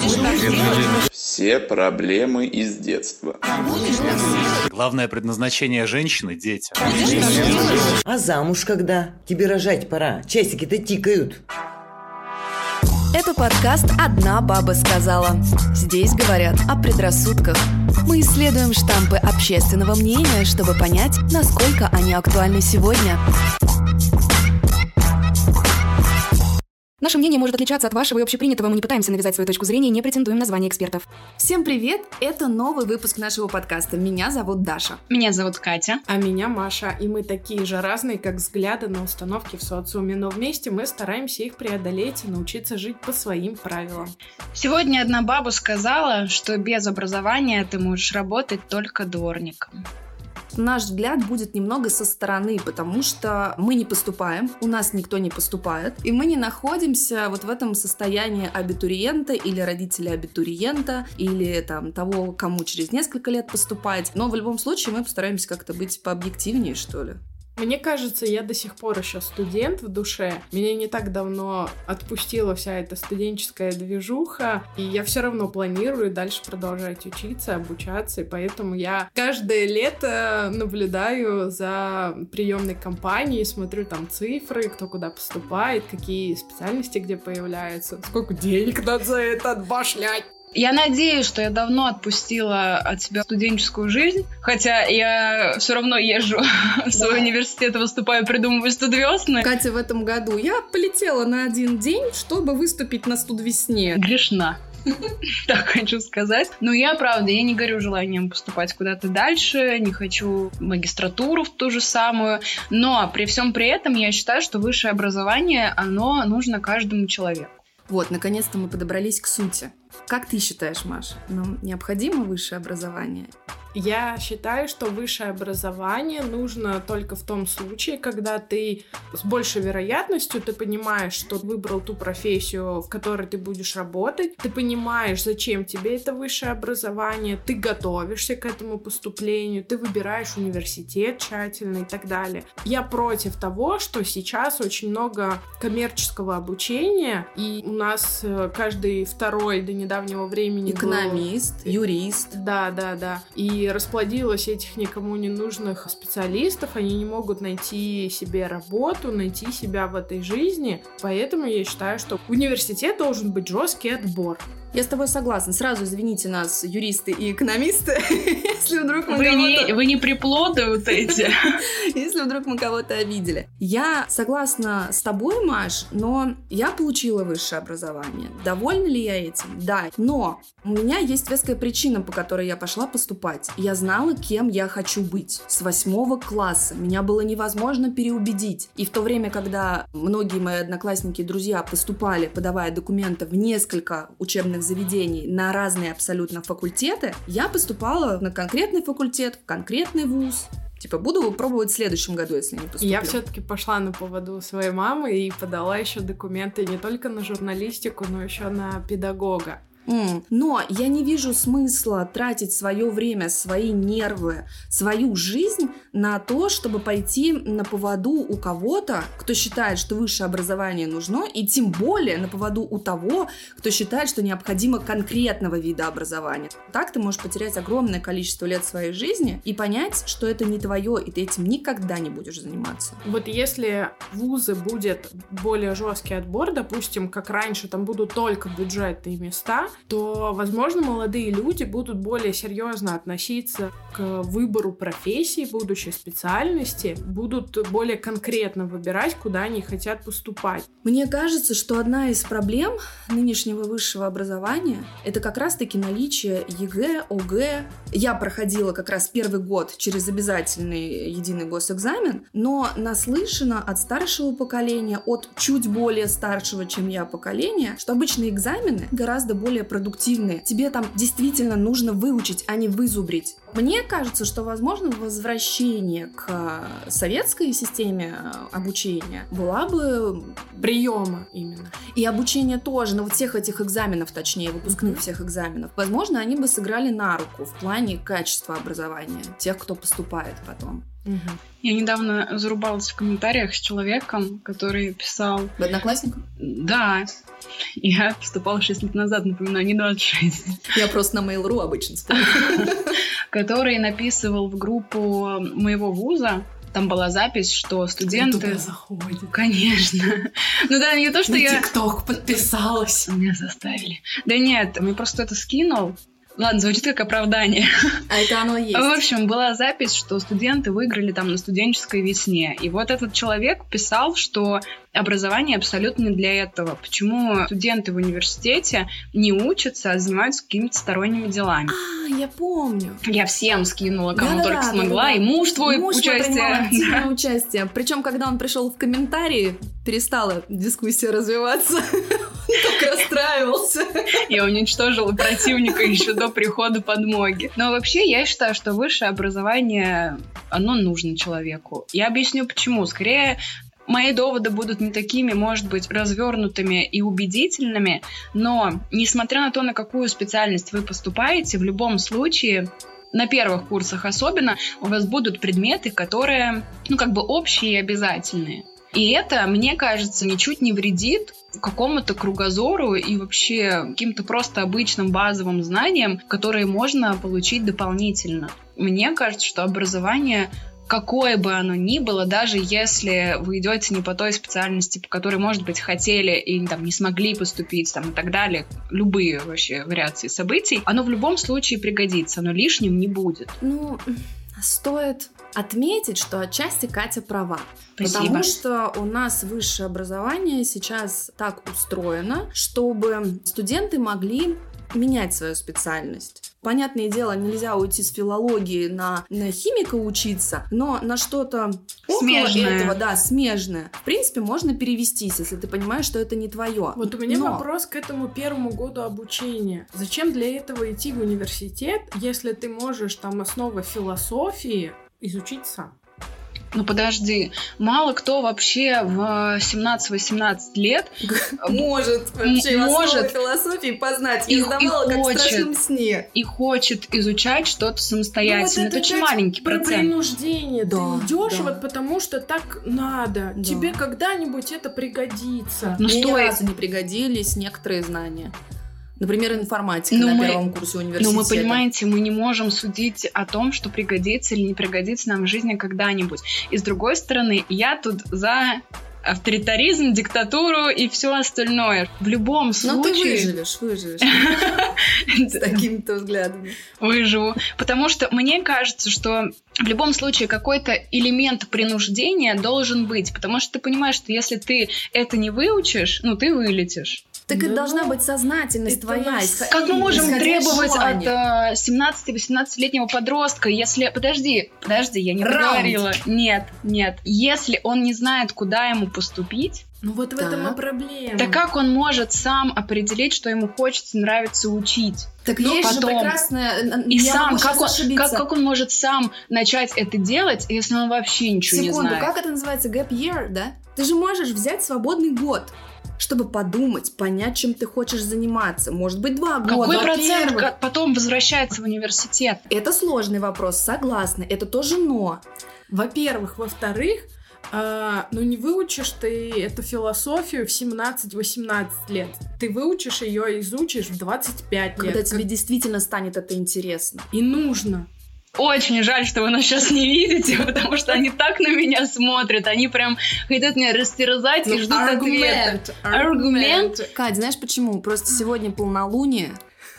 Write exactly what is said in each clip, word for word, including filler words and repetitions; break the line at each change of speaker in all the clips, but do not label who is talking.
Все проблемы из детства.
Главное предназначение женщины – дети.
А замуж когда? Тебе рожать пора, часики-то тикают.
Это подкаст «Одна баба сказала». Здесь говорят о предрассудках. Мы исследуем штампы общественного мнения, чтобы понять, насколько они актуальны сегодня. Наше мнение может отличаться от вашего и общепринятого. Мы не пытаемся навязать свою точку зрения и не претендуем на звание экспертов.
Всем привет! Это новый выпуск нашего подкаста. Меня зовут Даша.
Меня зовут Катя.
А меня Маша. И мы такие же разные, как взгляды на установки в социуме. Но вместе мы стараемся их преодолеть и научиться жить по своим правилам.
Сегодня одна баба сказала, что без образования ты можешь работать только дворником.
Наш взгляд будет немного со стороны, потому что мы не поступаем, у нас никто не поступает, и мы не находимся вот в этом состоянии абитуриента или родителя абитуриента, или там того, кому через несколько лет поступать. Но в любом случае мы постараемся как-то быть пообъективнее, что ли.
Мне кажется, я до сих пор еще студент в душе. Меня не так давно отпустила вся эта студенческая движуха, и я все равно планирую дальше продолжать учиться, обучаться, и поэтому я каждое лето наблюдаю за приемной кампанией, смотрю там цифры, кто куда поступает, какие специальности где появляются, сколько денег надо за это отбашлять.
Я надеюсь, что я давно отпустила от себя студенческую жизнь, хотя я все равно езжу в свой университет, выступаю, придумываю студвесны.
Катя, в этом году я полетела на один день, чтобы выступить на студвесне.
Грешна. Так хочу сказать. Но я, правда, я не горю желанием поступать куда-то дальше, не хочу магистратуру в ту же самую, но при всем при этом я считаю, что высшее образование, оно нужно каждому человеку.
Вот, наконец-то мы подобрались к сути. Как ты считаешь, Маша, нам необходимо высшее образование?
Я считаю, что высшее образование нужно только в том случае, когда ты с большей вероятностью ты понимаешь, что выбрал ту профессию, в которой ты будешь работать, ты понимаешь, зачем тебе это высшее образование, ты готовишься к этому поступлению, ты выбираешь университет тщательно и так далее. Я против того, что сейчас очень много коммерческого обучения, и у нас каждый второй до недавнего времени
экономист,
был...
юрист.
Да, да, да. И расплодилось этих никому не нужных специалистов, они не могут найти себе работу, найти себя в этой жизни, поэтому я считаю, что в университет должен быть жесткий отбор.
Я с тобой согласна. Сразу извините нас, юристы и экономисты, если вдруг мы
вы
кого-то...
Не, вы не приплоды вот эти.
Если вдруг мы кого-то обидели. Я согласна с тобой, Маш, но я получила высшее образование. Довольна ли я этим? Да. Но у меня есть веская причина, по которой я пошла поступать. Я знала, кем я хочу быть. С восьмого класса. Меня было невозможно переубедить. И в то время, когда многие мои одноклассники и друзья поступали, подавая документы в несколько учебных заведений на разные абсолютно факультеты, я поступала на конкретный факультет, в конкретный вуз. Типа, буду пробовать в следующем году, если не поступлю.
Я все-таки пошла на поводу своей мамы и подала еще документы не только на журналистику, но еще на педагога.
Mm. Но я не вижу смысла тратить свое время, свои нервы, свою жизнь на то, чтобы пойти на поводу у кого-то, кто считает, что высшее образование нужно, и тем более на поводу у того, кто считает, что необходимо конкретного вида образования. Так ты можешь потерять огромное количество лет своей жизни и понять, что это не твое, и ты этим никогда не будешь заниматься.
Вот если в вузы будет более жесткий отбор, допустим, как раньше, там будут только бюджетные места, то, возможно, молодые люди будут более серьезно относиться к выбору профессии, будущей специальности, будут более конкретно выбирать, куда они хотят поступать.
Мне кажется, что одна из проблем нынешнего высшего образования — это как раз-таки наличие ЕГЭ, ОГЭ. Я проходила как раз первый год через обязательный единый госэкзамен, но наслышана от старшего поколения, от чуть более старшего, чем я, поколения, что обычные экзамены гораздо более продуктивные. Тебе там действительно нужно выучить, а не вызубрить. Мне кажется, что, возможно, возвращение к советской системе обучения была бы...
Приема именно.
И обучение тоже, но вот всех этих экзаменов, точнее, выпускных mm-hmm. всех экзаменов, возможно, они бы сыграли на руку в плане качества образования тех, кто поступает потом.
Угу.
Я недавно зарубалась в комментариях с человеком, который писал...
В Одноклассниках?
Да. Я поступала шесть лет назад, напоминаю, не двадцать шесть.
Я просто на Mail.ru обычно вспоминаю.
Который написывал в группу моего вуза. Там была запись, что студенты...
Туда заходят.
Конечно. Ну да, не то, что я...
На ТикТок подписалась.
Меня заставили. Да нет, мне просто это скинул. Ладно, звучит как оправдание.
А это оно и есть.
В общем, была запись, что студенты выиграли там на студенческой весне. И вот этот человек писал, что образование абсолютно не для этого. Почему студенты в университете не учатся, а занимаются какими-то сторонними делами.
А, я помню.
Я всем скинула, кому
да,
только
да,
смогла.
Да, да.
И муж твой
муж
участие.
активное участие. Причем, когда он пришел в комментарии, перестала дискуссия развиваться. Он так расстраивался.
Я уничтожила противника еще до прихода подмоги. Но вообще я считаю, что высшее образование, оно нужно человеку. Я объясню почему. Скорее, мои доводы будут не такими, может быть, развернутыми и убедительными, но, несмотря на то, на какую специальность вы поступаете, в любом случае, на первых курсах особенно, у вас будут предметы, которые, ну, как бы общие и обязательные. И это, мне кажется, ничуть не вредит какому-то кругозору и вообще каким-то просто обычным базовым знаниям, которые можно получить дополнительно. Мне кажется, что образование, какое бы оно ни было, даже если вы идете не по той специальности, по которой, может быть, хотели и там, не смогли поступить там, и так далее, любые вообще вариации событий, оно в любом случае пригодится, оно лишним не будет.
Ну, стоит отметить, что отчасти Катя права.
Спасибо.
Потому что у нас высшее образование сейчас так устроено, чтобы студенты могли менять свою специальность. Понятное дело, нельзя уйти с филологии на, на химика учиться, но на что-то
смежное.
Около этого, да, смежное. В принципе, можно перевестись, если ты понимаешь, что это не твое.
Вот у меня
но...
вопрос к этому первому году обучения. Зачем для этого идти в университет, если ты можешь там основы философии изучить сам?
Ну подожди, мало кто вообще в семнадцать-восемнадцать лет
может вообще
может
философии познать.
И,
Я сдавала,
и
как
хочет,
в страшном сне.
И хочет изучать что-то самостоятельно.
Ну, вот
это очень маленький
про
процент.
принуждение.
Да,
ты идешь
да.
вот потому, что так надо.
Да.
Тебе когда-нибудь это пригодится.
Ну,
Мне ни
стоит.
разу не пригодились некоторые знания. Например, информатика
ну,
на
мы,
первом курсе университета.
Ну, мы, понимаете, мы не можем судить о том, что пригодится или не пригодится нам в жизни когда-нибудь. И с другой стороны, я тут за авторитаризм, диктатуру и все остальное. В любом случае...
Ну, ты выживешь, выживешь. С такими-то взглядами.
Выживу. Потому что мне кажется, что в любом случае какой-то элемент принуждения должен быть. Потому что ты понимаешь, что если ты это не выучишь, ну, ты вылетишь.
Так
Да
это должна
ну,
быть сознательность
это
твоя.
наш-
исход-
Как мы можем
исходя из
требовать
желания?
от семнадцати-восемнадцатилетнего подростка, если... Подожди, подожди, я не
Раунд.
договорила. Нет, нет. Если он не знает, куда ему поступить,
Ну вот в
Так.
этом и проблема.
то как он может сам определить, что ему хочется, нравится учить?
Так
Ну,
есть
потом.
же прекрасная...
И
я
сам,
могу
как
сейчас
он,
ошибиться.
как, как он может сам начать это делать, если он вообще ничего
Секунду,
не знает?
как это называется? Gap year, да? Ты же можешь взять свободный год, чтобы подумать, понять, чем ты хочешь заниматься. Может быть, два года.
Какой процент
Во-первых,
ка- потом возвращается в университет?
Это сложный вопрос, согласна. Это тоже но.
Во-первых. Во-вторых, а, ну не выучишь ты эту философию в семнадцать-восемнадцать лет. Ты выучишь ее, изучишь в двадцать пять лет.
Когда тебе
Как-
действительно станет это интересно.
И нужно.
Очень жаль, что вы нас сейчас не видите, потому что они так на меня смотрят. Они прям хотят меня растерзать и ждут ответа. Аргумент.
Кать, знаешь почему? Просто сегодня полнолуние.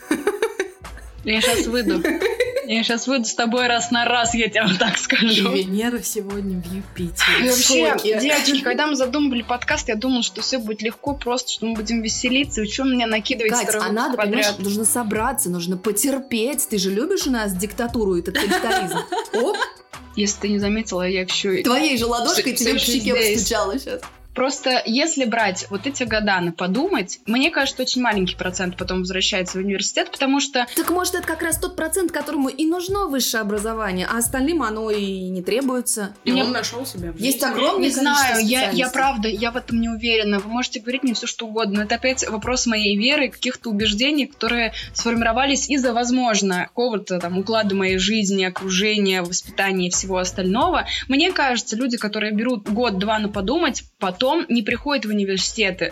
Я сейчас выйду. Я сейчас выйду с тобой раз на раз, я тебе вот так
И
скажу.
Венера сегодня в
И
Юпитере.
вообще,
шоке.
девочки, когда мы задумывали подкаст, я думала, что все будет легко, просто, что мы будем веселиться. И что меня накидывать
Кать,
второй
а
выпуск
надо, понимаешь,
подряд?
нужно собраться, нужно потерпеть. Ты же любишь у нас диктатуру и тоталитаризм. Оп,
Если ты не заметила, я еще...
твоей же ладошкой
Всё-
тебе в
всё
щеке
здесь.
постучала сейчас.
Просто если брать вот эти года на подумать, мне кажется, очень маленький процент потом возвращается в университет, потому что...
Так может, это как раз тот процент, которому и нужно высшее образование, а остальным оно и не требуется.
И
Мне...
он нашел себя в жизни.
Есть огромное
Не
количество
знаю, я,
специальностей.
я правда, я в этом не уверена. Вы можете говорить мне все, что угодно, но это опять вопрос моей веры, каких-то убеждений, которые сформировались из-за, возможно, какого-то там уклада моей жизни, окружения, воспитания и всего остального. Мне кажется, люди, которые берут год-два на подумать, потом не приходят в университеты.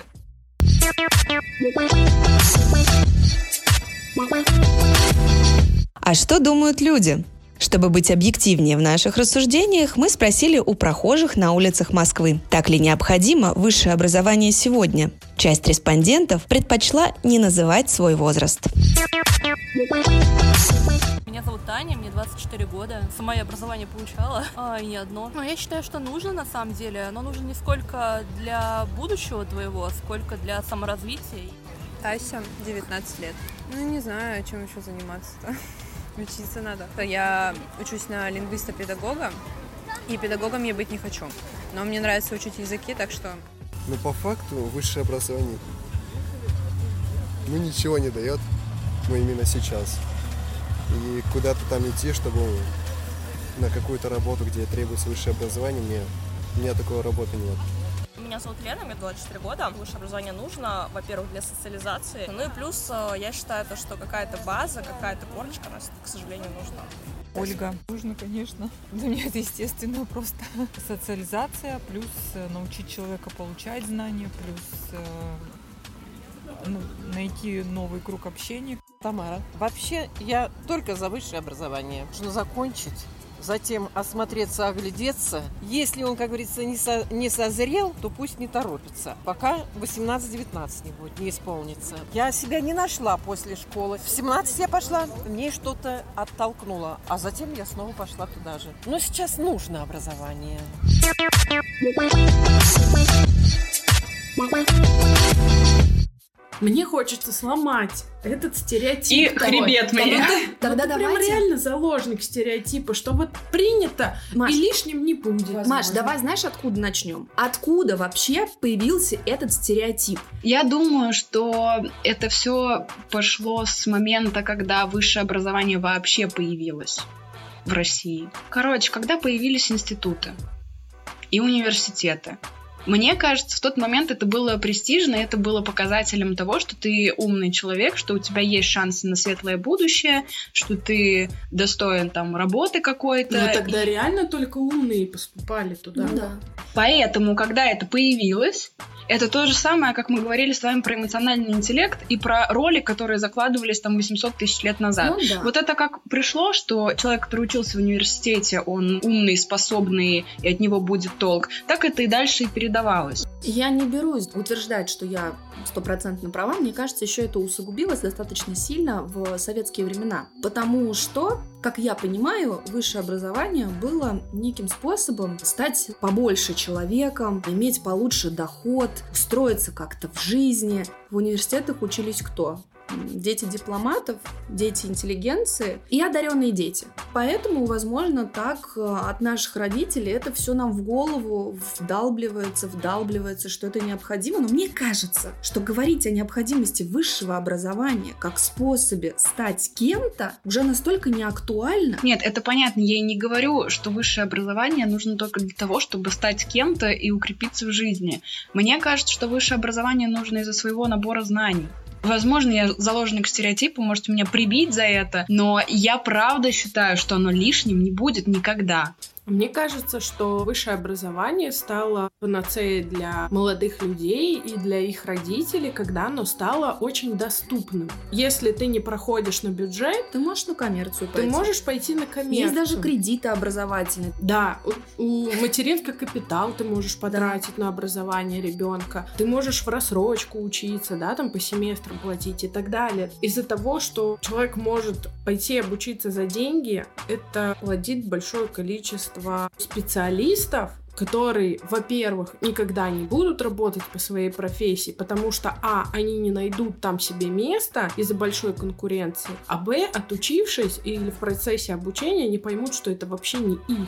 А что думают люди? Чтобы быть объективнее в наших рассуждениях, мы спросили у прохожих на улицах Москвы, так ли необходимо высшее образование сегодня. Часть респондентов предпочла не называть свой возраст.
Меня зовут Таня, мне двадцать четыре года. Сама я образование получала, а, и не одно. Но я считаю, что нужно на самом деле. Оно нужно не сколько для будущего твоего, сколько для саморазвития.
Ася, девятнадцать лет. Ну, не знаю, чем еще заниматься-то. Учиться надо. Я учусь на лингвиста-педагога, и педагогом я быть не хочу. Но мне нравится учить языки, так что...
Ну, по факту, высшее образование, ну, ничего не дает, ну, именно сейчас. И куда-то там идти, чтобы на какую-то работу, где требуется высшее образование, мне, у меня такой работы нет.
Меня зовут Лена, мне двадцать четыре года. Высшее образование нужно, во-первых, для социализации. Ну и плюс, я считаю, то, что какая-то база, какая-то корочка нас, к сожалению, нужна.
Ольга. Нужно, конечно. Для меня это естественно просто социализация, плюс научить человека получать знания, плюс э, ну, найти новый круг общения.
Тамара. Вообще, я только за высшее образование. Нужно закончить, затем осмотреться, оглядеться. Если он, как говорится, не, со, не созрел, то пусть не торопится. Пока восемнадцать-девятнадцать не будет, не исполнится. Я себя не нашла после школы. В семнадцать я пошла, мне что-то оттолкнуло. А затем я снова пошла туда же. Но сейчас нужно образование.
Мне хочется сломать этот стереотип.
И хребет мне.
Тогда
ну, ты прям реально заложник стереотипа, что вот принято,
Маш,
и лишним не будет. Возможно.
Маш, давай знаешь, откуда начнем? Откуда вообще появился этот стереотип?
Я думаю, что это все пошло с момента, когда высшее образование вообще появилось в России. Короче, когда появились институты и университеты. Мне кажется, в тот момент это было престижно, это было показателем того, что ты умный человек, что у тебя есть шансы на светлое будущее, что ты достоин там работы какой-то.
Но тогда и... реально только умные поступали туда.
Ну, да.
Поэтому, когда это появилось, это то же самое, как мы говорили с вами про эмоциональный интеллект и про роли, которые закладывались там восемьсот тысяч лет назад.
Ну, да.
Вот это как пришло, что человек, который учился в университете, он умный, способный, и от него будет толк, так это и дальше и передавалось.
Я не берусь утверждать, что я стопроцентно права. Мне кажется, еще это усугубилось достаточно сильно в советские времена. Потому что, как я понимаю, высшее образование было неким способом стать побольше человеком, иметь получше доход, устроиться как-то в жизни. В университетах учились кто? Дети дипломатов, дети интеллигенции и одаренные дети. Поэтому, возможно, так от наших родителей это все нам в голову вдалбливается, вдалбливается, что это необходимо. Но мне кажется, что говорить о необходимости высшего образования как способе стать кем-то уже настолько неактуально.
Нет, это понятно. Я и не говорю, что высшее образование нужно только для того, чтобы стать кем-то и укрепиться в жизни. Мне кажется, что высшее образование нужно из-за своего набора знаний. Возможно, я заложник стереотипа, можете меня прибить за это, но я правда считаю, что оно лишним не будет никогда.
Мне кажется, что высшее образование стало панацеей для молодых людей и для их родителей, когда оно стало очень доступным. Если ты не проходишь на бюджет,
ты можешь на коммерцию пойти.
Ты можешь пойти на коммерцию.
Есть даже кредиты образовательные.
Да, у, у материнский капитал ты можешь потратить на образование ребенка. Ты можешь в рассрочку учиться, да, там по семестрам платить и так далее. Из-за того, что человек может пойти обучиться за деньги, это плодит большое количество специалистов, которые, во-первых, никогда не будут работать по своей профессии, потому что, а, они не найдут там себе места из-за большой конкуренции, а, б, отучившись или в процессе обучения, не поймут, что это вообще не их.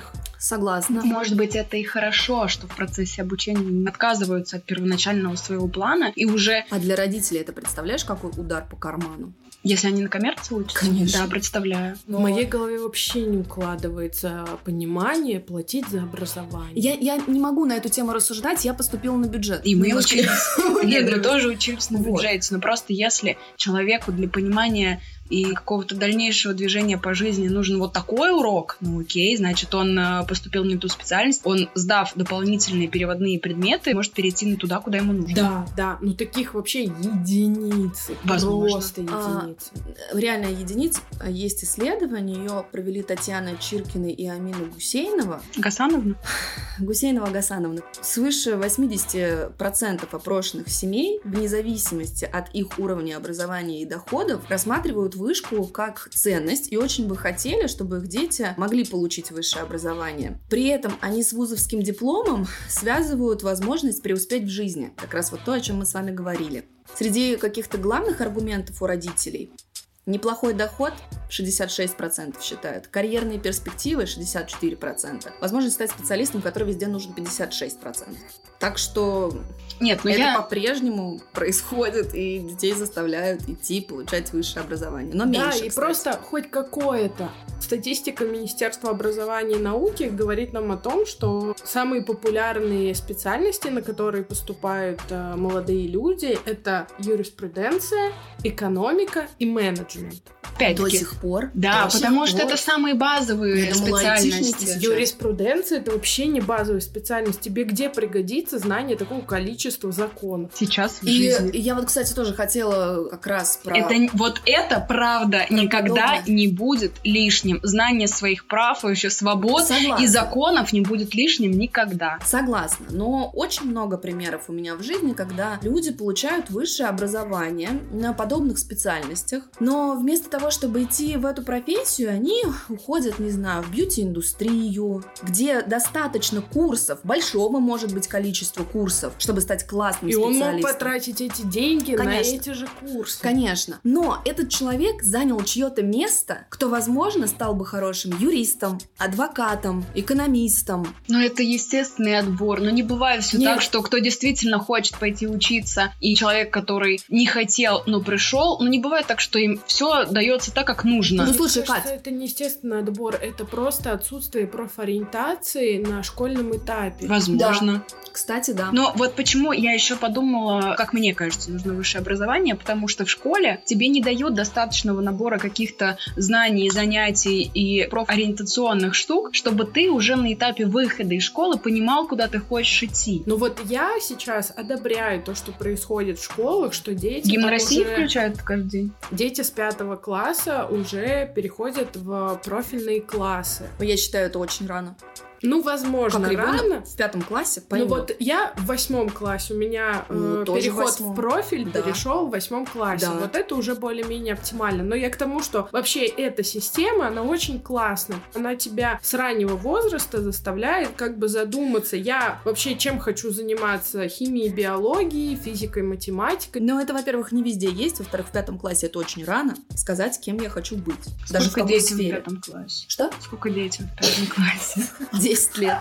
Согласна.
Может быть, это и хорошо, что в процессе обучения отказываются от первоначального своего плана и уже...
А для родителей это представляешь, какой удар по карману?
Если они на коммерции учатся?
Конечно.
Да, представляю.
Но... В моей голове вообще не укладывается понимание платить за образование.
Я, я не могу на эту тему рассуждать, я поступила на бюджет.
И мы учились. Нет, мы тоже учились на бюджете. Но просто если человеку для понимания и какого-то дальнейшего движения по жизни нужен вот такой урок, ну окей, значит, он поступил не на ту специальность, он, сдав дополнительные переводные предметы, может перейти на туда, куда ему нужно.
Да, да, ну таких вообще единицы,
возможно.
Просто единицы.
А, реально единиц. Есть исследование, ее провели Татьяна Чиркина и Амина Гусейнова.
Гасановна?
Гусейнова Гасановна. Свыше восемьдесят процентов опрошенных семей, вне зависимости от их уровня образования и доходов, рассматривают вышку как ценность и очень бы хотели, чтобы их дети могли получить высшее образование. При этом они с вузовским дипломом связывают возможность преуспеть в жизни. Как раз вот то, о чем мы с вами говорили. Среди каких-то главных аргументов у родителей: неплохой доход – шестьдесят шесть процентов считают. Карьерные перспективы – шестьдесят четыре процента. Возможность стать специалистом, который везде нужен, пятьдесят шесть процентов. Так что
Нет, ну
это
я...
по-прежнему происходит, и детей заставляют идти получать высшее образование. Но меньше,
Да, и
кстати.
просто хоть какое-то. Статистика Министерства образования и науки говорит нам о том, что самые популярные специальности, на которые поступают э, молодые люди, это юриспруденция, экономика и менеджмент.
Опять-таки.
До сих пор.
Да,
До
потому
сих
что
пор.
это самые базовые
Я думала, айтишники
специальности.
сейчас.
Юриспруденция — это вообще не базовая специальность. Тебе где пригодится знание такого количества законов?
Сейчас в
И
жизни.
я вот, кстати, тоже хотела как раз про...
Это, вот это, правда, никогда
подобное.
не будет лишним. Знание своих прав, вообще свобод
Согласна.
и законов не будет лишним никогда.
Согласна, но очень много примеров у меня в жизни, когда люди получают высшее образование на подобных специальностях, но вместо того, чтобы идти в эту профессию, они уходят, не знаю, в бьюти-индустрию, где достаточно курсов, большого, может быть, количества курсов, чтобы стать классным
И он
специалистом.
мог потратить эти деньги
Конечно.
на эти же курсы.
Конечно. Но этот человек занял чье-то место, кто, возможно, стал бы хорошим юристом, адвокатом, экономистом.
Но это естественный отбор. Но не бывает все
Нет.
так, что кто действительно хочет пойти учиться, и человек, который не хотел, но пришел, ну не бывает так, что им все дается так, как нужно.
Ну, слушай,
Мне кажется,
Кать.
это не естественный отбор, это просто отсутствие профориентации на школьном этапе.
Возможно.
Кстати, да.
Но вот почему я еще подумала, как мне кажется, нужно высшее образование, потому что в школе тебе не дают достаточного набора каких-то знаний, занятий и профориентационных штук, чтобы ты уже на этапе выхода из школы понимал, куда ты хочешь идти.
Ну вот я сейчас одобряю то, что происходит в школах, что дети...
Гимн
там
России
уже-
включают каждый день.
Дети с пятого класса уже переходят в профильные классы.
Я считаю, это очень рано.
Ну, возможно,
Как ребенок
рано.
в пятом классе
Ну
поймет.
вот я в восьмом классе, у меня
Ну,
э,
тоже в
переход
восьмом.
в профиль
Да.
перешел в восьмом классе.
Да.
Вот это уже более-менее оптимально. Но я к тому, что вообще эта система, она очень классная. Она тебя с раннего возраста заставляет как бы задуматься, я вообще чем хочу заниматься: химией, биологией, физикой, математикой.
Но это, во-первых, не везде есть. Во-вторых, в пятом классе это очень рано сказать, кем я хочу быть. Даже в
Сколько
какой
детям в
сфере.
пятом классе?
Что?
Сколько детям в пятом классе?
Десять лет.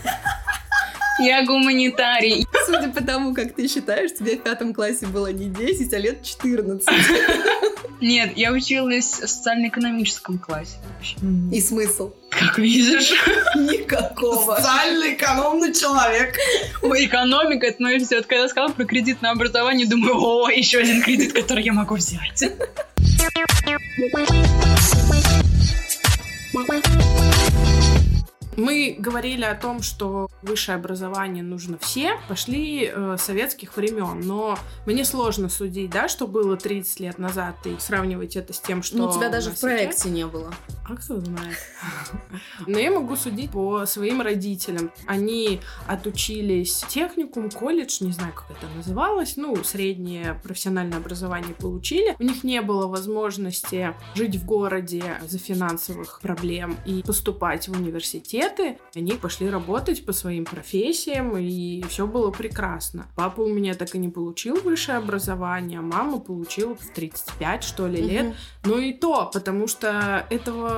Я гуманитарий.
Судя по тому, как ты считаешь, тебе в пятом классе было не десять, а лет четырнадцать.
Нет, я училась в социально-экономическом классе вообще.
И смысл?
Как видишь.
Никакого.
Социально экономный человек.
Ой, экономика, это, ну и все. Когда я сказала про кредитное образование, думаю, о, еще один кредит, который я могу взять.
Мы говорили о том, что высшее образование нужно все, пошли э, советских времен, но мне сложно судить, да, что было тридцать лет назад, и сравнивать это с тем, что
Ну, у тебя даже
нас
в проекте
сейчас.
не было.
А кто знает. Но я могу судить по своим родителям. Они отучились техникум, колледж, не знаю, как это называлось, ну, среднее профессиональное образование получили. У них не было возможности жить в городе из-за финансовых проблем и поступать в университеты. Они пошли работать по своим профессиям, и все было прекрасно. Папа у меня так и не получил высшее образование, а мама получила в тридцать пять, что ли, лет.
Мгм.
Но и то, потому что этого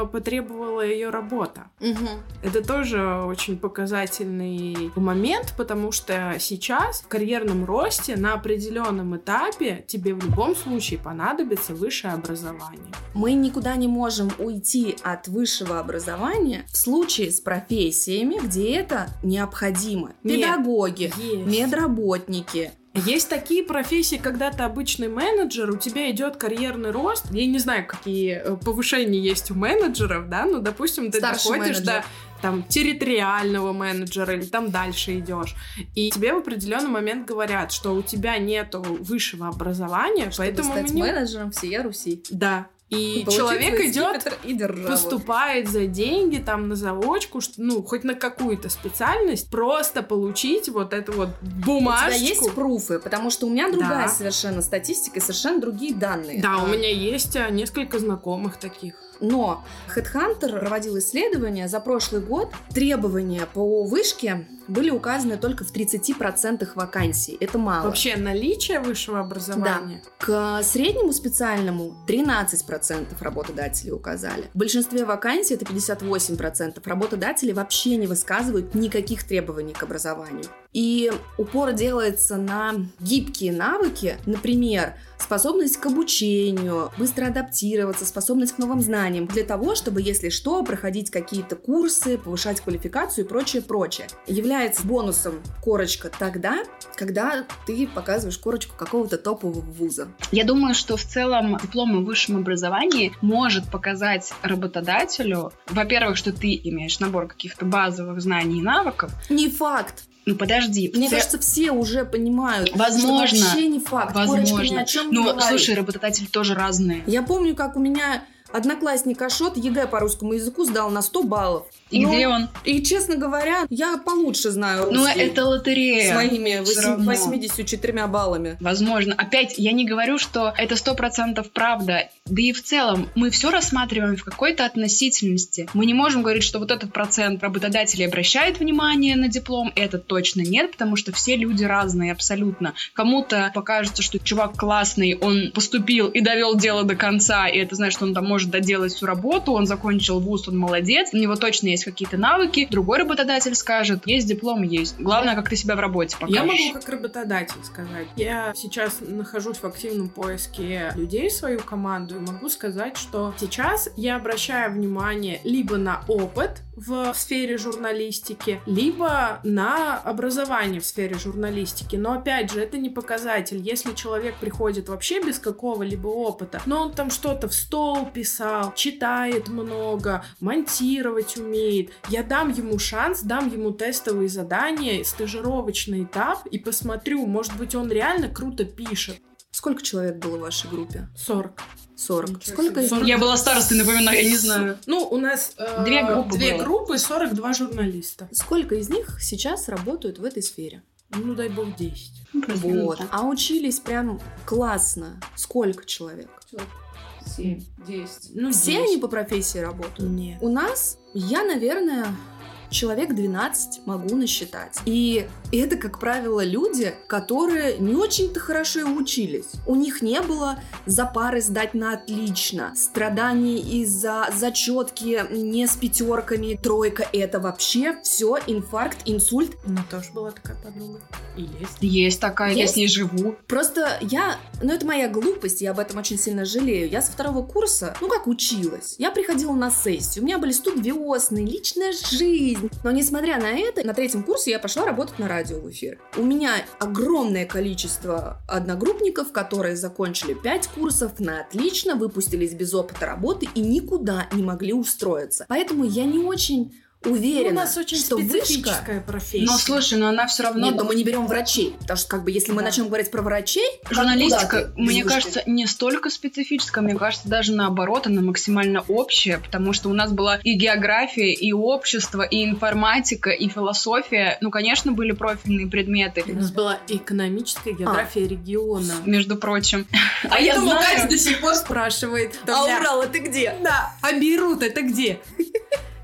этого потребовала ее работа.
Угу.
Это тоже очень показательный момент, потому что сейчас в карьерном росте на определенном этапе тебе в любом случае понадобится высшее образование.
Мы никуда не можем уйти от высшего образования в случае с профессиями, где это необходимо.
Нет.
Педагоги,
Есть.
медработники.
Есть такие профессии, когда ты обычный менеджер, у тебя идет карьерный рост. Я не знаю, какие повышения есть у менеджеров, да, но, допустим, ты
Старший
доходишь
менеджер.
до там территориального менеджера или там дальше идешь. И тебе в определенный момент говорят, что у тебя нету высшего образования,
Чтобы
поэтому
стать
мы не...
менеджером всея Руси.
Да. И
Получить
человек
свой
идет,
скипетр и державу.
поступает за деньги, там, на заочку, что- ну, хоть на какую-то специальность, просто получить вот эту вот бумажку.
У тебя есть пруфы? Потому что у меня другая
Да.
совершенно статистика и совершенно другие данные.
Да,
А,
у меня есть а, несколько знакомых таких.
Но HeadHunter проводил исследование за прошлый год. Требования по вышке были указаны только в тридцати процентах вакансий. Это мало.
Вообще наличие высшего образования.
Да. К среднему специальному тринадцать процентов работодателей указали. В большинстве вакансий, это пятьдесят восемь процентов, работодатели вообще не высказывают никаких требований к образованию. И упор делается на гибкие навыки, например, способность к обучению, быстро адаптироваться, способность к новым знаниям, для того, чтобы, если что, проходить какие-то курсы, повышать квалификацию и прочее, прочее. Является бонусом корочка тогда, когда ты показываешь корочку какого-то топового вуза.
Я думаю, что в целом диплом о высшем образовании может показать работодателю, во-первых, что ты имеешь набор каких-то базовых знаний и навыков.
Не факт.
Ну подожди.
Мне
все...
кажется, все уже понимают,
Возможно.
что вообще не факт.
Возможно.
Корочка ни о чем не
Ну,
говорит.
слушай, работодатели тоже разные.
Я помню, как у меня одноклассник Ашот ЕГЭ по русскому языку сдал на сто баллов.
И
Ну,
где он?
И, честно говоря, я получше знаю русский.
Ну, это лотерея.
С моими
Всё равно.
восьмидесятью четырьмя баллами.
Возможно. Опять, я не говорю, что это сто процентов правда. Да и в целом, мы все рассматриваем в какой-то относительности. Мы не можем говорить, что вот этот процент работодателей обращает внимание на диплом, этот точно нет, потому что все люди разные абсолютно. Кому-то покажется, что чувак классный, он поступил и довел дело до конца, и это значит, что он там может доделать всю работу, он закончил вуз, он молодец, у него точно есть какие-то навыки. Другой работодатель скажет, есть диплом, есть. Главное, как ты себя в работе покажешь.
Я могу как работодатель сказать. Я сейчас нахожусь в активном поиске людей в свою команду и могу сказать, что сейчас я обращаю внимание либо на опыт в сфере журналистики, либо на образование в сфере журналистики. Но опять же, это не показатель. Если человек приходит вообще без какого-либо опыта, но он там что-то в стол писал, читает много, монтировать умеет, я дам ему шанс, дам ему тестовые задания, стажировочный этап и посмотрю, может быть, он реально круто пишет.
Сколько человек было в вашей группе?
сорок.
сорок. Сколько из
сорок.
них?
Я была старостой, напоминаю, я не знаю.
Ну, у нас э,
Две группы
две
было.
группы, сорок два журналиста.
Сколько из них сейчас работают в этой сфере?
Ну, дай бог, десять.
Вот. А учились прям классно. Сколько человек?
семь, десять. Ну,
Все
десять.
они по профессии работают?
Нет.
У нас, я, наверное, человек двенадцать могу насчитать. И это, как правило, люди, которые не очень-то хорошо учились. У них не было за пары сдать на отлично, страданий из-за зачетки не с пятерками, тройка. Это вообще все инфаркт, инсульт.
У меня тоже была такая подруга. И есть.
Есть такая, я
Есть?
с ней живу.
Просто я, ну это моя глупость, я об этом очень сильно жалею. Я со второго курса, ну как училась, я приходила на сессию, у меня были студвесные, личная жизнь. Но несмотря на это, на третьем курсе я пошла работать на радио в эфир. У меня огромное количество одногруппников, которые закончили пять курсов на отлично, выпустились без опыта работы и никуда не могли устроиться. Поэтому я не очень уверена,
Ну, у нас очень
что
специфическая
вышка...
профессия.
Но слушай, но она все равно...
Нет, но мы не берем врачей, потому что как бы если мы
Да.
начнем говорить про врачей, как
Журналистика,
куда ты без
мне
вышки?
кажется, не столько специфическая, мне кажется, даже наоборот, она максимально общая, потому что у нас была и география, и общество, и информатика, и философия. Ну, конечно, были профильные предметы.
У нас была экономическая география региона.
Между прочим.
А, я думаю,
знаю.
Катя до сих пор
Спрашивает.
а Урал, это где?
Да. А Бейрут это где?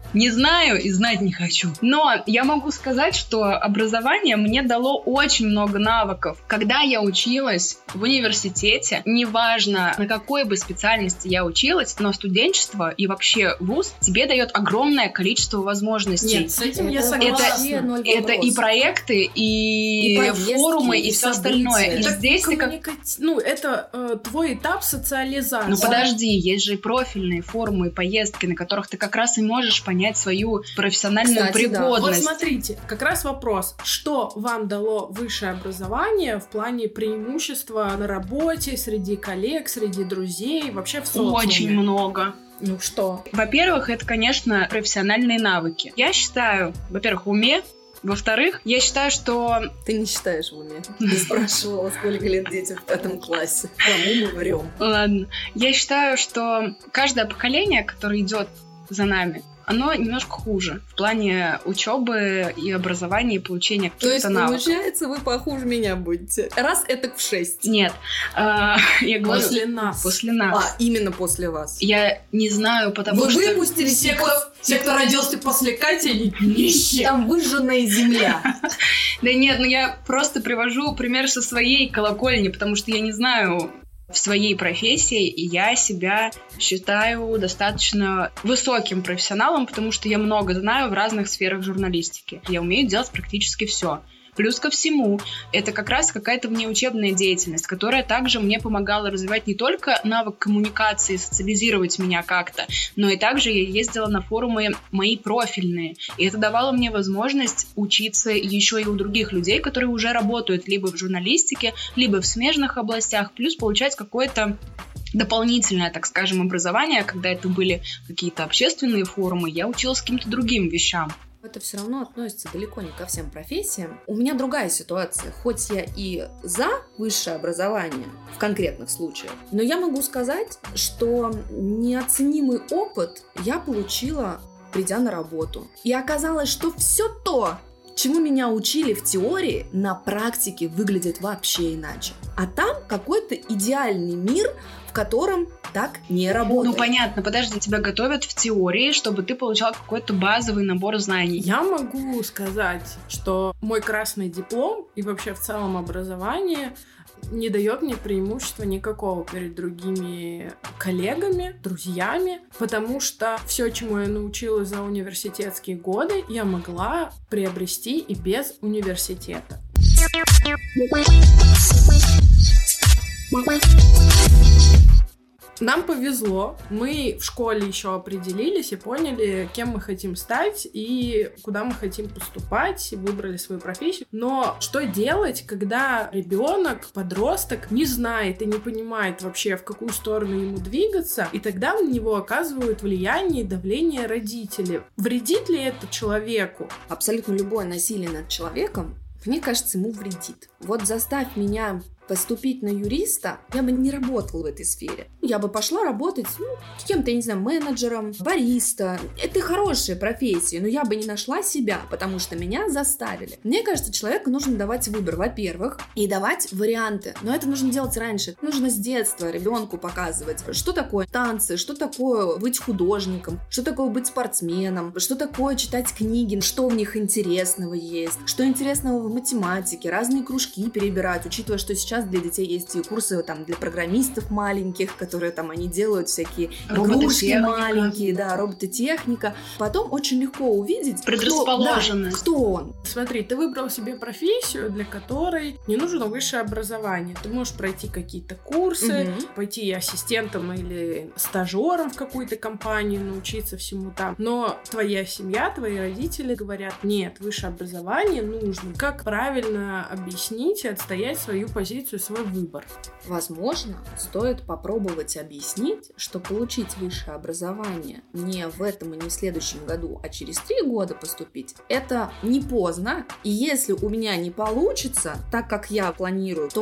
Не знаю и знать не хочу. Но я могу сказать, что образование мне дало очень много навыков. Когда я училась в университете, неважно, на какой бы специальности я училась, но студенчество и вообще вуз тебе дает огромное количество возможностей.
Нет, с этим я
это,
согласна.
Это и проекты, и,
И поездки,
форумы, и,
и
все
события.
остальное. И
Это
здесь ты как...
коммуника- Ну, это э, твой этап социализации.
Ну подожди, есть же и профильные форумы и поездки, на которых ты как раз и можешь понять свою профессиональную
Кстати, да. Вот
пригодность.
смотрите, как раз вопрос, что вам дало высшее образование в плане преимущества на работе, среди коллег, среди друзей, вообще в социуме?
Очень много.
Ну что?
Во-первых, это, конечно, профессиональные навыки. Я считаю, во-первых, в уме. Во-вторых, я считаю, что...
Ты не считаешь в уме. Ты спрашивала, сколько лет детям в пятом классе. Кому мы врем?
Ладно. Я считаю, что каждое поколение, которое идет за нами, оно немножко хуже в плане учебы и образования и получения
То есть,
каких-то навыков.
получается, вы похуже меня будете. Раз это в шесть.
Нет. А, я говорю,
После нас.
После нас.
А, именно после вас.
Я не знаю, потому
Вы
что...
выпустили
Те, кто, те, кто родился после Кати, они нищие.
Там выжженная земля.
Да нет, ну я просто привожу пример со своей колокольни, потому что я не знаю... в своей профессии, и я себя считаю достаточно высоким профессионалом, потому что я много знаю в разных сферах журналистики. Я умею делать практически все. Плюс ко всему, это как раз какая-то внеучебная деятельность, которая также мне помогала развивать не только навык коммуникации, социализировать меня как-то, но и также я ездила на форумы мои профильные. И это давало мне возможность учиться еще и у других людей, которые уже работают либо в журналистике, либо в смежных областях, плюс получать какое-то дополнительное, так скажем, образование, когда это были какие-то общественные форумы, я училась каким-то другим вещам.
Это все равно относится далеко не ко всем профессиям. У меня другая ситуация. Хоть я и за высшее образование в конкретных случаях, но я могу сказать, что неоценимый опыт я получила, придя на работу. И оказалось, что все то, чему меня учили в теории, на практике выглядит вообще иначе. А там какой-то идеальный мир, в котором так не работает.
Ну, понятно, подожди, тебя готовят в теории, чтобы ты получал какой-то базовый набор знаний.
Я могу сказать, что мой красный диплом и вообще в целом образование не дает мне преимущества никакого перед другими коллегами, друзьями, потому что все, чему я научилась за университетские годы, я могла приобрести и без университета. Нам повезло, мы в школе еще определились и поняли, кем мы хотим стать и куда мы хотим поступать, и выбрали свою профессию. Но что делать, когда ребенок, подросток не знает и не понимает вообще, в какую сторону ему двигаться, и тогда на него оказывают влияние и давление родителей. Вредит ли это человеку?
Абсолютно любое насилие над человеком, мне кажется, ему вредит. Вот заставь меня поступить на юриста, я бы не работала в этой сфере. Я бы пошла работать, ну, кем-то, я не знаю, менеджером, бариста. Это хорошие профессии, но я бы не нашла себя, потому что меня заставили. Мне кажется, человеку нужно давать выбор, во-первых, и давать варианты. Но это нужно делать раньше. Нужно с детства ребенку показывать, что такое танцы, что такое быть художником, что такое быть спортсменом, что такое читать книги, что в них интересного есть, что интересного в математике, разные кружки перебирать, учитывая, что сейчас для детей есть и курсы там для программистов маленьких, которые там они делают всякие игрушки маленькие, да, робототехника. Потом очень легко увидеть,
предрасположенность.
Кто, да, кто он.
Смотри, ты выбрал себе профессию, для которой не нужно высшее образование. Ты можешь пройти какие-то курсы, угу. пойти ассистентом или стажером в какую-то компанию, научиться всему там. Но твоя семья, твои родители говорят, нет, высшее образование нужно. Как правильно объяснить и отстоять свою позицию, свой выбор?
Возможно, стоит попробовать объяснить, что получить высшее образование не в этом и не в следующем году, а через три года поступить, это не поздно. И если у меня не получится так, как я планирую, то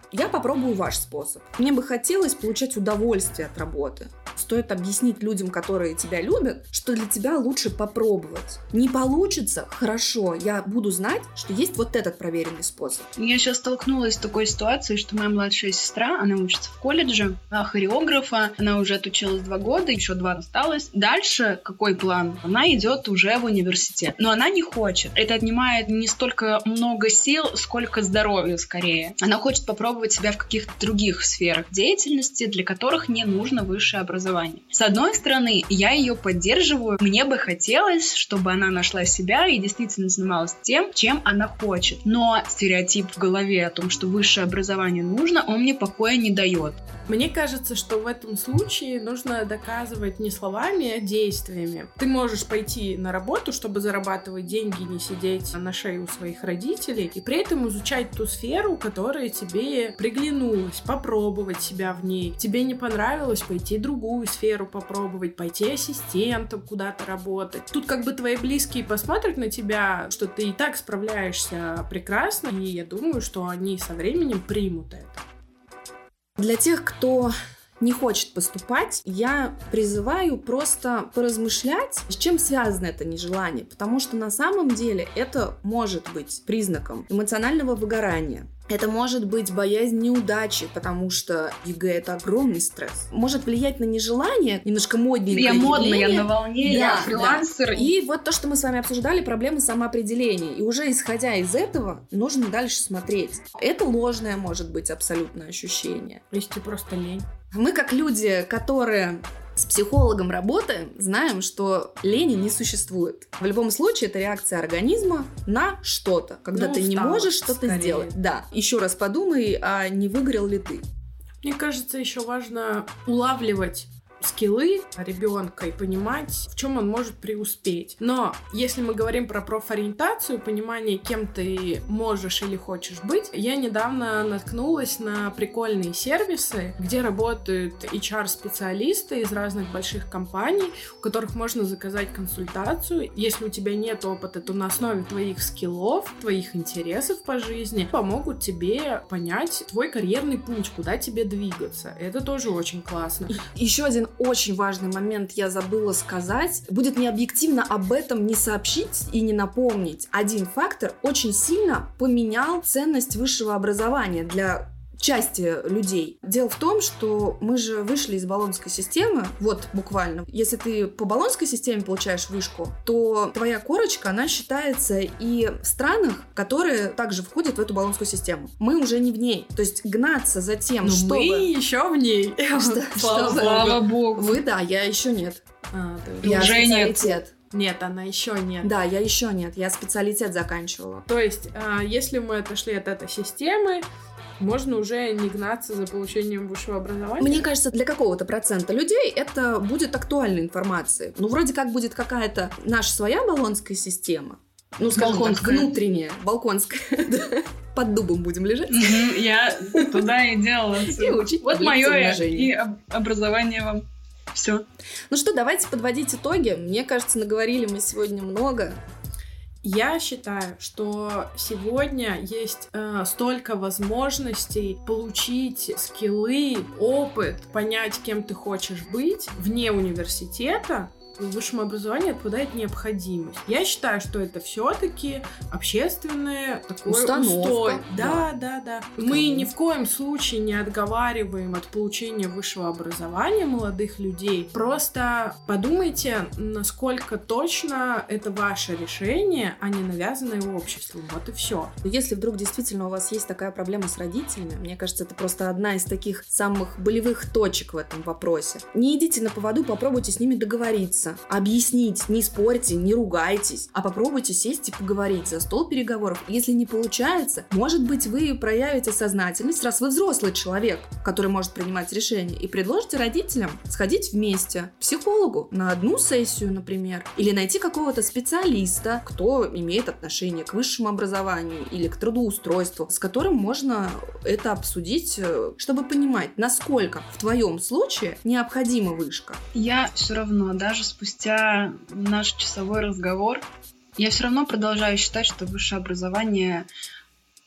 Я попробую ваш способ. Мне бы хотелось получать удовольствие от работы. Стоит объяснить людям, которые тебя любят, что для тебя лучше попробовать. Не получится? Хорошо, я буду знать, что есть вот этот проверенный способ.
Я сейчас столкнулась с такой ситуацией, что моя младшая сестра, она учится в колледже, она хореографа, она уже отучилась два года, еще два осталось. Дальше какой план? Она идет уже в университет, но она не хочет. Это отнимает не столько много сил, сколько здоровья скорее. Она хочет попробовать себя в каких-то других сферах деятельности, для которых не нужно высшее образование. С одной стороны, я ее поддерживаю. Мне бы хотелось, чтобы она нашла себя и действительно занималась тем, чем она хочет. Но стереотип в голове о том, что высшее образование нужно, он мне покоя не дает.
Мне кажется, что в этом случае нужно доказывать не словами, а действиями. Ты можешь пойти на работу, чтобы зарабатывать деньги, не сидеть на шее у своих родителей, и при этом изучать ту сферу, которая тебе приглянулась, попробовать себя в ней. Тебе не понравилось, пойти другую сферу попробовать, пойти ассистентом куда-то работать. Тут как бы твои близкие посмотрят на тебя, что ты и так справляешься прекрасно, и я думаю, что они со временем примут это.
Для тех, кто не хочет поступать, я призываю просто поразмышлять, с чем связано это нежелание, потому что на самом деле это может быть признаком эмоционального выгорания. Это может быть боязнь неудачи, потому что ЕГЭ — это огромный стресс. Может влиять на нежелание, немножко модненькое
Я
явление.
модная, я на волне,
да,
я фрилансер.
Да. И вот то, что мы с вами обсуждали, проблемы самоопределения. И уже исходя из этого, нужно дальше смотреть. Это ложное может быть абсолютно ощущение.
Если просто лень.
Мы, как люди, которые с психологом работаем, знаем, что лени не существует. В любом случае, это реакция организма на что-то, когда
ну,
ты не можешь что-то
скорее.
сделать. Да, еще раз подумай, а не выгорел ли ты.
Мне кажется, еще важно улавливать скиллы ребенка и понимать, в чем он может преуспеть. Но если мы говорим про профориентацию, понимание, кем ты можешь или хочешь быть, я недавно наткнулась на прикольные сервисы, где работают эйч ар-специалисты из разных больших компаний, у которых можно заказать консультацию. Если у тебя нет опыта, то на основе твоих скиллов, твоих интересов по жизни помогут тебе понять твой карьерный путь, куда тебе двигаться. Это тоже очень классно.
Еще один очень важный момент я забыла сказать. Будет необъективно об этом не сообщить и не напомнить. Один фактор очень сильно поменял ценность высшего образования для части людей. Дело в том, что мы же вышли из Болонской системы, вот буквально. Если ты по Болонской системе получаешь вышку, то твоя корочка, она считается и в странах, которые также входят в эту Болонскую систему. Мы уже не в ней. То есть гнаться за тем,
Но
чтобы...
мы еще в ней.
Слава богу.
Вы, да, я еще нет.
А,
я
уже
специалитет.
Нет, она еще нет.
Да, я еще нет. Я специалитет заканчивала.
То есть, если мы отошли от этой системы, можно уже не гнаться за получением высшего образования?
Мне кажется, для какого-то процента людей это будет актуальной информацией. Ну, вроде как будет какая-то наша своя болонская система. Ну, скажем так, внутренняя, балконская. Под дубом будем лежать.
Я туда и делала. Вот мое и образование вам. Все.
Ну что, давайте подводить итоги. Мне кажется, наговорили мы сегодня много.
Я считаю, что сегодня есть э, столько возможностей получить скиллы, опыт, понять, кем ты хочешь быть вне университета. Высшему образованию отпадает необходимость. Я считаю, что это все-таки общественное такое
установка.
Устой. Да,
да,
да, да. Мы ни в коем случае не отговариваем от получения высшего образования молодых людей. Просто подумайте, насколько точно это ваше решение, а не навязанное обществом. Вот и все.
Если вдруг действительно у вас есть такая проблема с родителями, мне кажется, это просто одна из таких самых болевых точек в этом вопросе. Не идите на поводу, попробуйте с ними договориться. Объяснить, не спорьте, не ругайтесь, а попробуйте сесть и поговорить за стол переговоров. Если не получается, может быть, вы проявите сознательность, раз вы взрослый человек, который может принимать решения, и предложите родителям сходить вместе к психологу на одну сессию, например, или найти какого-то специалиста, кто имеет отношение к высшему образованию или к трудоустройству, с которым можно это обсудить, чтобы понимать, насколько в твоем случае необходима вышка.
Я все равно, даже спустя наш часовой разговор, я все равно продолжаю считать, что высшее образование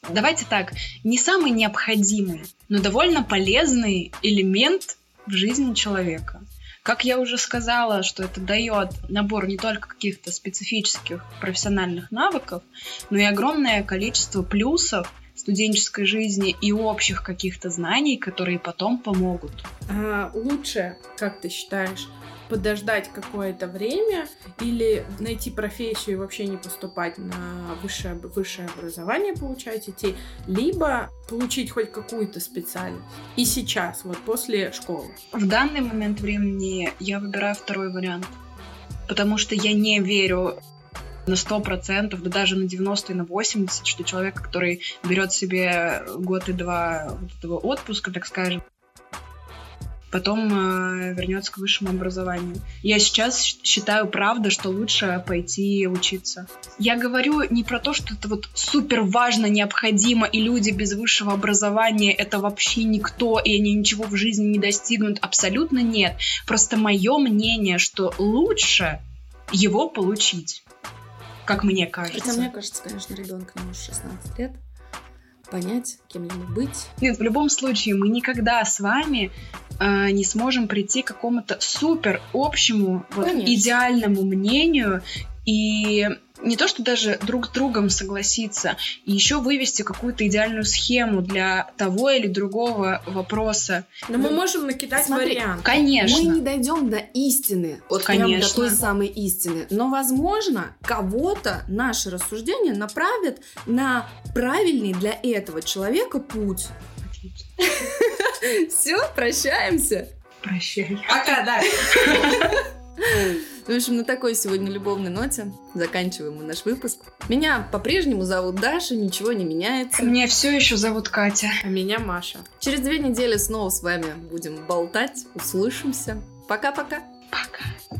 давайте так, не самый необходимый, но довольно полезный элемент в жизни человека. Как я уже сказала, что это дает набор не только каких-то специфических профессиональных навыков, но и огромное количество плюсов студенческой жизни и общих каких-то знаний, которые потом помогут.
А лучше, как ты считаешь, подождать какое-то время или найти профессию и вообще не поступать на высшее, высшее образование, получать идти, либо получить хоть какую-то специальность и сейчас, вот после школы?
В данный момент времени я выбираю второй вариант, потому что я не верю на сто процентов, да даже на девяносто и на восемьдесят, что человек, который берет себе год и два вот этого отпуска, так скажем, потом э, вернется к высшему образованию. Я сейчас считаю, правда, что лучше пойти учиться. Я говорю не про то, что это вот супер важно, необходимо, и люди без высшего образования это вообще никто, и они ничего в жизни не достигнут. Абсолютно нет. Просто мое мнение, что лучше его получить, как мне кажется.
Хотя мне кажется, конечно, ребенка ему шестнадцать лет, понять, кем ему быть.
Нет, в любом случае, мы никогда с вами э, не сможем прийти к какому-то супер общему, вот, идеальному мнению и не то, что даже друг с другом согласиться, и еще вывести какую-то идеальную схему для того или другого вопроса.
Но мы можем накидать
Смотри,
вариант.
Конечно.
Мы не дойдем до истины, вот прям до той самой истины. Но, возможно, кого-то наши рассуждения направят на правильный для этого человека путь. Все, прощаемся.
Прощай.
Пока, да.
В общем, на такой сегодня любовной ноте заканчиваем мы наш выпуск. Меня по-прежнему зовут Даша, ничего не меняется.
Меня все еще зовут Катя.
А меня Маша.
Через две недели снова с вами будем болтать, услышимся. Пока-пока.
Пока.